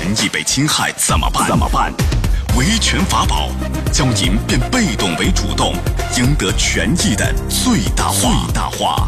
权益被侵害怎么办？维权法宝教您变被动为主动，赢得权益的最大化。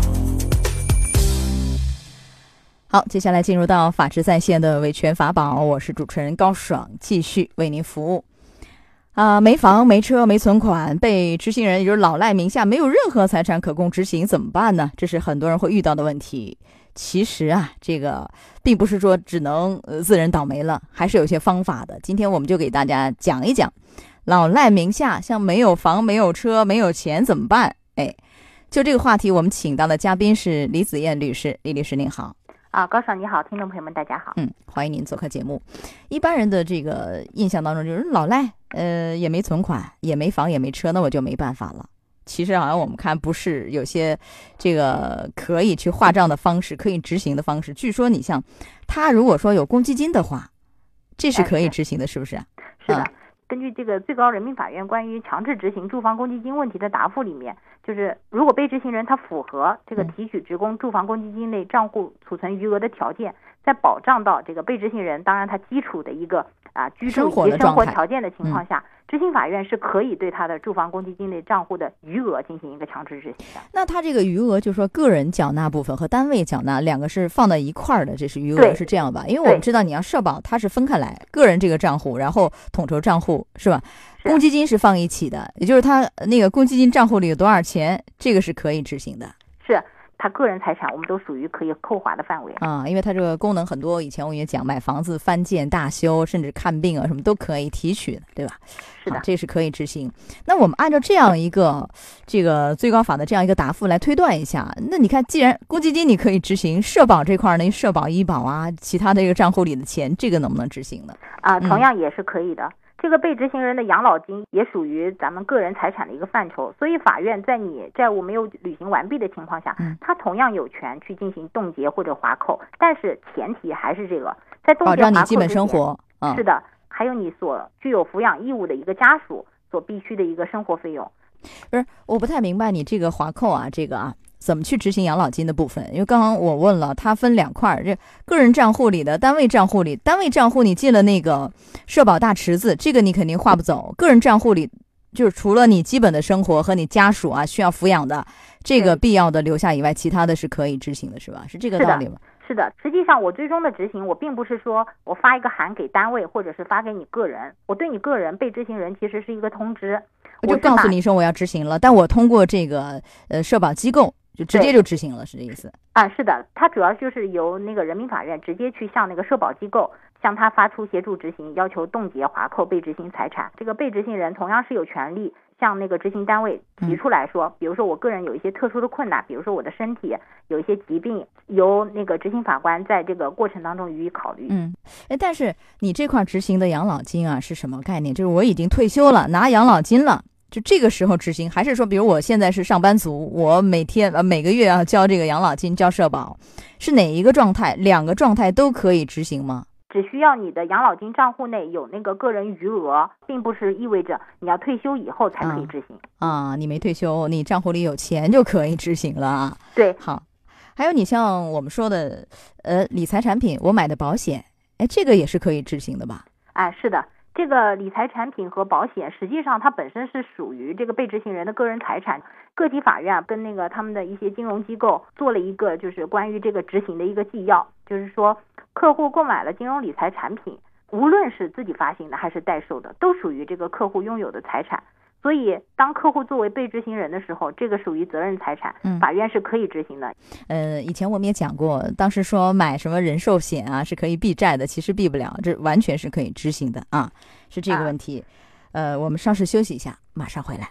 好，接下来进入到法治在线的维权法宝，我是主持人高爽，继续为您服务。没房、没车、没存款，被执行人也就是老赖名下没有任何财产可供执行，怎么办呢？这是很多人会遇到的问题。其实啊，这个并不是说只能自认倒霉了，还是有些方法的。今天我们就给大家讲一讲，老赖名下像没有房、没有车、没有钱怎么办？就这个话题，我们请到的嘉宾是李子燕律师。李律师您好。 高爽你好，听众朋友们大家好。 欢迎您做客节目。一般人的这个印象当中就是老赖，也没存款，也没房，也没车，那我就没办法了。其实好像我们看不是有些这个可以去划账的方式，可以执行的方式。据说你像他如果说有公积金的话，这是可以执行的，是不是？ 是的。根据这个最高人民法院关于强制执行住房公积金问题的答复里面，就是如果被执行人他符合这个提取职工住房公积金类账户储存余额的条件，在保障到这个被执行人当然他基础的一个居住以及生活条件的情况下，执行法院是可以对他的住房公积金类账户的余额进行一个强制执行的。 那他这个余额就是说个人缴纳部分和单位缴纳两个是放在一块儿的，这是余额，是这样吧？因为我们知道你要社保它是分开来，个人这个账户然后统筹账户是吧？公积金是放一起的，也就是他那个公积金账户里有多少钱，这个是可以执行的。 是他个人财产我们都属于可以扣划的范围因为他这个功能很多，以前我也讲买房子、翻建、大修，甚至看病啊什么都可以提取的，对吧？ 是的， 这是可以执行。那我们按照这样一个这个最高法的这样一个答复来推断一下，那你看既然公积金你可以执行，社保这块呢，社保、医保啊，其他的这个账户里的钱，这个能不能执行呢？ 同样也是可以的。这个被执行人的养老金也属于咱们个人财产的一个范畴，所以法院在你债务没有履行完毕的情况下，他同样有权去进行冻结或者划扣，但是前提还是这个，在冻结划扣之前，保障你基本生活。是的，还有你所具有抚养义务的一个家属所必须的一个生活费用。 不是，我不太明白你这个划扣这个怎么去执行养老金的部分？因为刚刚我问了，它分两块，这个人账户里的、单位账户里。单位账户你进了那个社保大池子，这个你肯定划不走。个人账户里就是除了你基本的生活和你家属需要抚养的这个必要的留下以外，其他的是可以执行的，是吧？是这个道理吗？ 是的，实际上我最终的执行，我并不是说我发一个函给单位，或者是发给你个人，我对你个人被执行人其实是一个通知， 我就告诉你说我要执行了，但我通过这个社保机构就直接就执行了，是这意思？ 是的，它主要就是由那个人民法院直接去向那个社保机构向他发出协助执行，要求冻结划扣被执行财产。这个被执行人同样是有权利向那个执行单位提出来说，比如说我个人有一些特殊的困难，比如说我的身体有一些疾病，由那个执行法官在这个过程当中予以考虑。 但是你这块执行的养老金是什么概念？就是我已经退休了，拿养老金了，就这个时候执行，还是说比如我现在是上班族，我每个月要交这个养老金，交社保，是哪一个状态？两个状态都可以执行吗？ 只需要你的养老金账户内有那个个人余额，并不是意味着你要退休以后才可以执行你没退休，你账户里有钱就可以执行了。 对， 好。还有你像我们说的理财产品，我买的保险，这个也是可以执行的吧？ 是的，这个理财产品和保险实际上它本身是属于这个被执行人的个人财产。各级法院跟那个他们的一些金融机构做了一个就是关于这个执行的一个纪要，就是说客户购买了金融理财产品，无论是自己发行的还是代售的，都属于这个客户拥有的财产。所以当客户作为被执行人的时候，这个属于责任财产，法院是可以执行的。 以前我们也讲过，当时说买什么人寿险是可以避债的，其实避不了，这完全是可以执行的是这个问题。我们稍事休息一下，马上回来。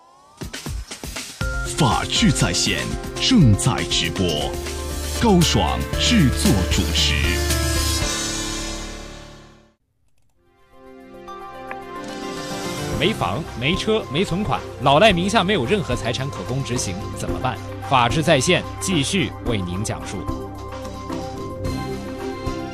法治在线正在直播，高爽制作主持。 没房、没车、没存款，老赖名下没有任何财产可供执行，怎么办？法治在线继续为您讲述。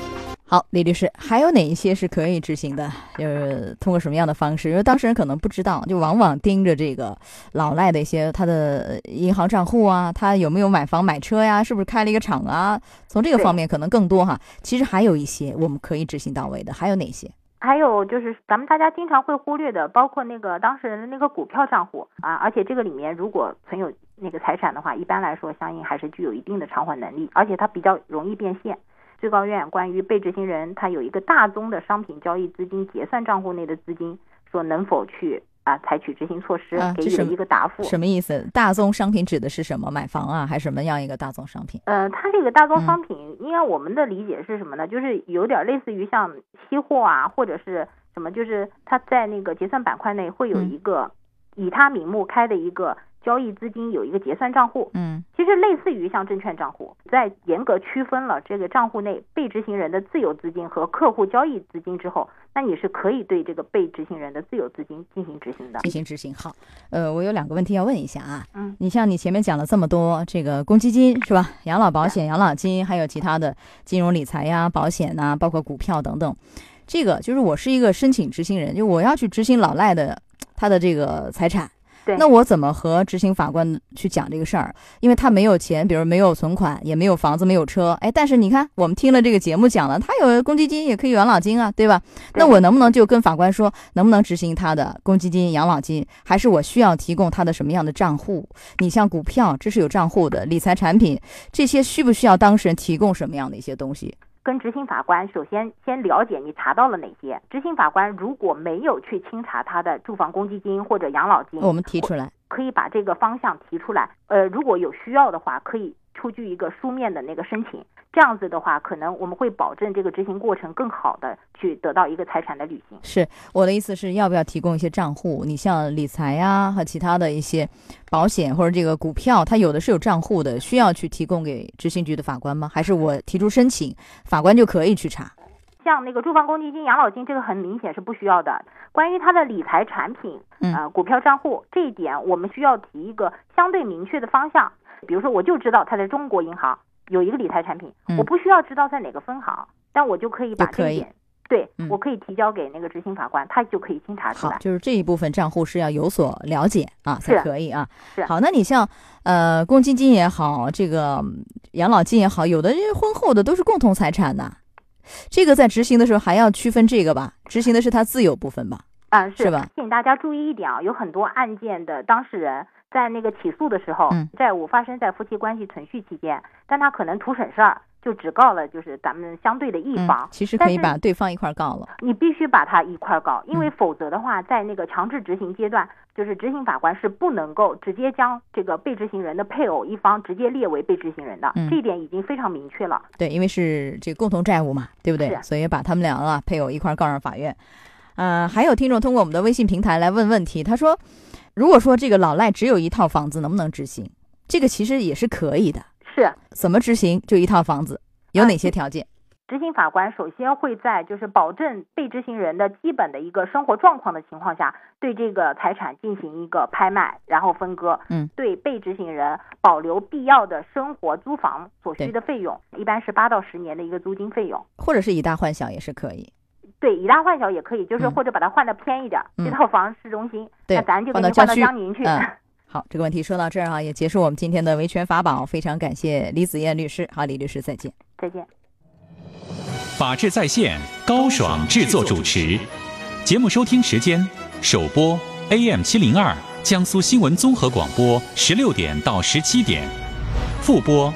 好，李律师，还有哪一些是可以执行的？就是通过什么样的方式？因为当事人可能不知道，就往往盯着这个老赖的一些他的银行账户啊，他有没有买房买车呀，是不是开了一个厂啊？从这个方面可能更多哈。其实还有一些我们可以执行到位的，还有哪些？ 还有就是咱们大家经常会忽略的，包括那个当事人的那个股票账户啊，而且这个里面如果存有那个财产的话，一般来说相应还是具有一定的偿还能力，而且它比较容易变现。最高院关于被执行人他有一个大宗的商品交易资金结算账户内的资金，说能否去采取执行措施，给予了一个答复。 什么意思？大宗商品指的是什么？买房啊，还是什么样一个大宗商品？ 它这个大宗商品，应该我们的理解是什么呢？就是有点类似于像期货啊，或者是什么，就是它在那个结算板块内会有一个以他名目开的一个交易资金，有一个结算账户。其实类似于像证券账户，在严格区分了这个账户内被执行人的自有资金和客户交易资金之后，那你是可以对这个被执行人的自有资金进行执行的。 进行执行。好，我有2个问题要问一下啊。你像你前面讲了这么多，这个公积金是吧？养老保险、养老金，还有其他的金融理财呀、保险呐，包括股票等等。这个就是我是一个申请执行人，就我要去执行老赖的他的这个财产。那我怎么和执行法官去讲这个事儿？因为他没有钱，比如没有存款，也没有房子，没有车。但是你看，我们听了这个节目讲了，他有公积金，也可以养老金啊，对吧？那我能不能就跟法官说，能不能执行他的公积金、养老金？还是我需要提供他的什么样的账户？你像股票，这是有账户的；理财产品，这些需不需要当事人提供什么样的一些东西？ 跟执行法官首先了解你查到了哪些。执行法官如果没有去清查他的住房公积金或者养老金， 我们提出来， 可以把这个方向提出来。如果有需要的话，可以出具一个书面的那个申请。这样子的话，可能我们会保证这个执行过程更好的去得到一个财产的履行。 是我的意思是要不要提供一些账户？你像理财呀和其他的一些保险或者这个股票，它有的是有账户的，需要去提供给执行局的法官吗？还是我提出申请，法官就可以去查？ 像那个住房公积金、养老金，这个很明显是不需要的。关于它的理财产品、股票账户这一点，我们需要提一个相对明确的方向。比如说，我就知道它在中国银行有一个理财产品，我不需要知道在哪个分行，但我就可以把这一点，对，我可以提交给那个执行法官，他就可以清查出来。 好，就是这一部分账户是要有所了解啊，才可以啊。 是。 好，那你像公积金也好，这个养老金也好，有的婚后的都是共同财产的，这个在执行的时候还要区分这个吧？执行的是他自有部分吧？是吧？ 请大家注意一点啊，有很多案件的当事人在那个起诉的时候，债务发生在夫妻关系存续期间，但他可能图省事儿，就只告了就是咱们相对的一方。 其实可以把对方一块告了。 你必须把他一块告，因为否则的话，在那个强制执行阶段，就是执行法官是不能够直接将这个被执行人的配偶一方直接列为被执行人的，这一点已经非常明确了。 对，因为是这个共同债务嘛，对不对？所以把他们两个配偶一块告上法院。还有听众通过我们的微信平台来问问题，他说，如果说这个老赖只有一套房子，能不能执行？这个其实也是可以的。 是。 怎么执行？就一套房子，有哪些条件？ 执行法官首先会在就是保证被执行人的基本的一个生活状况的情况下，对这个财产进行一个拍卖，然后分割。对被执行人保留必要的生活租房所需的费用，一般是8到10年的一个租金费用， 或者是以大换小也是可以。 对，以大换小也可以，就是或者把它换得偏一点。这套房市中心，那咱就给你换到江宁去。 好，这个问题说到这儿啊，也结束我们今天的维权法宝。非常感谢李子燕律师。好，李律师再见。 再见。 法治在线，高爽制作主持。节目收听时间：首播 AM702江苏新闻综合广播16点到17点，复播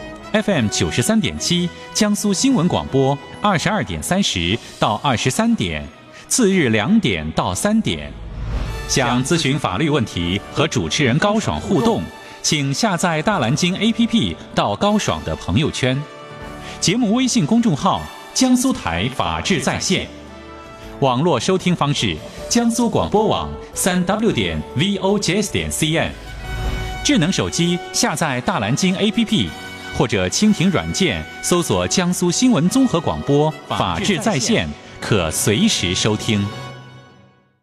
FM93.7江苏新闻广播22点30到23点，次日2点到3点。想咨询法律问题和主持人高爽互动，请下载大蓝鲸 APP 到高爽的朋友圈。节目微信公众号江苏台法治在线。网络收听方式：江苏广播网3w.vojs.cn。智能手机下载大蓝鲸 APP。或者蜻蜓软件搜索江苏新闻综合广播法治在线，可随时收听。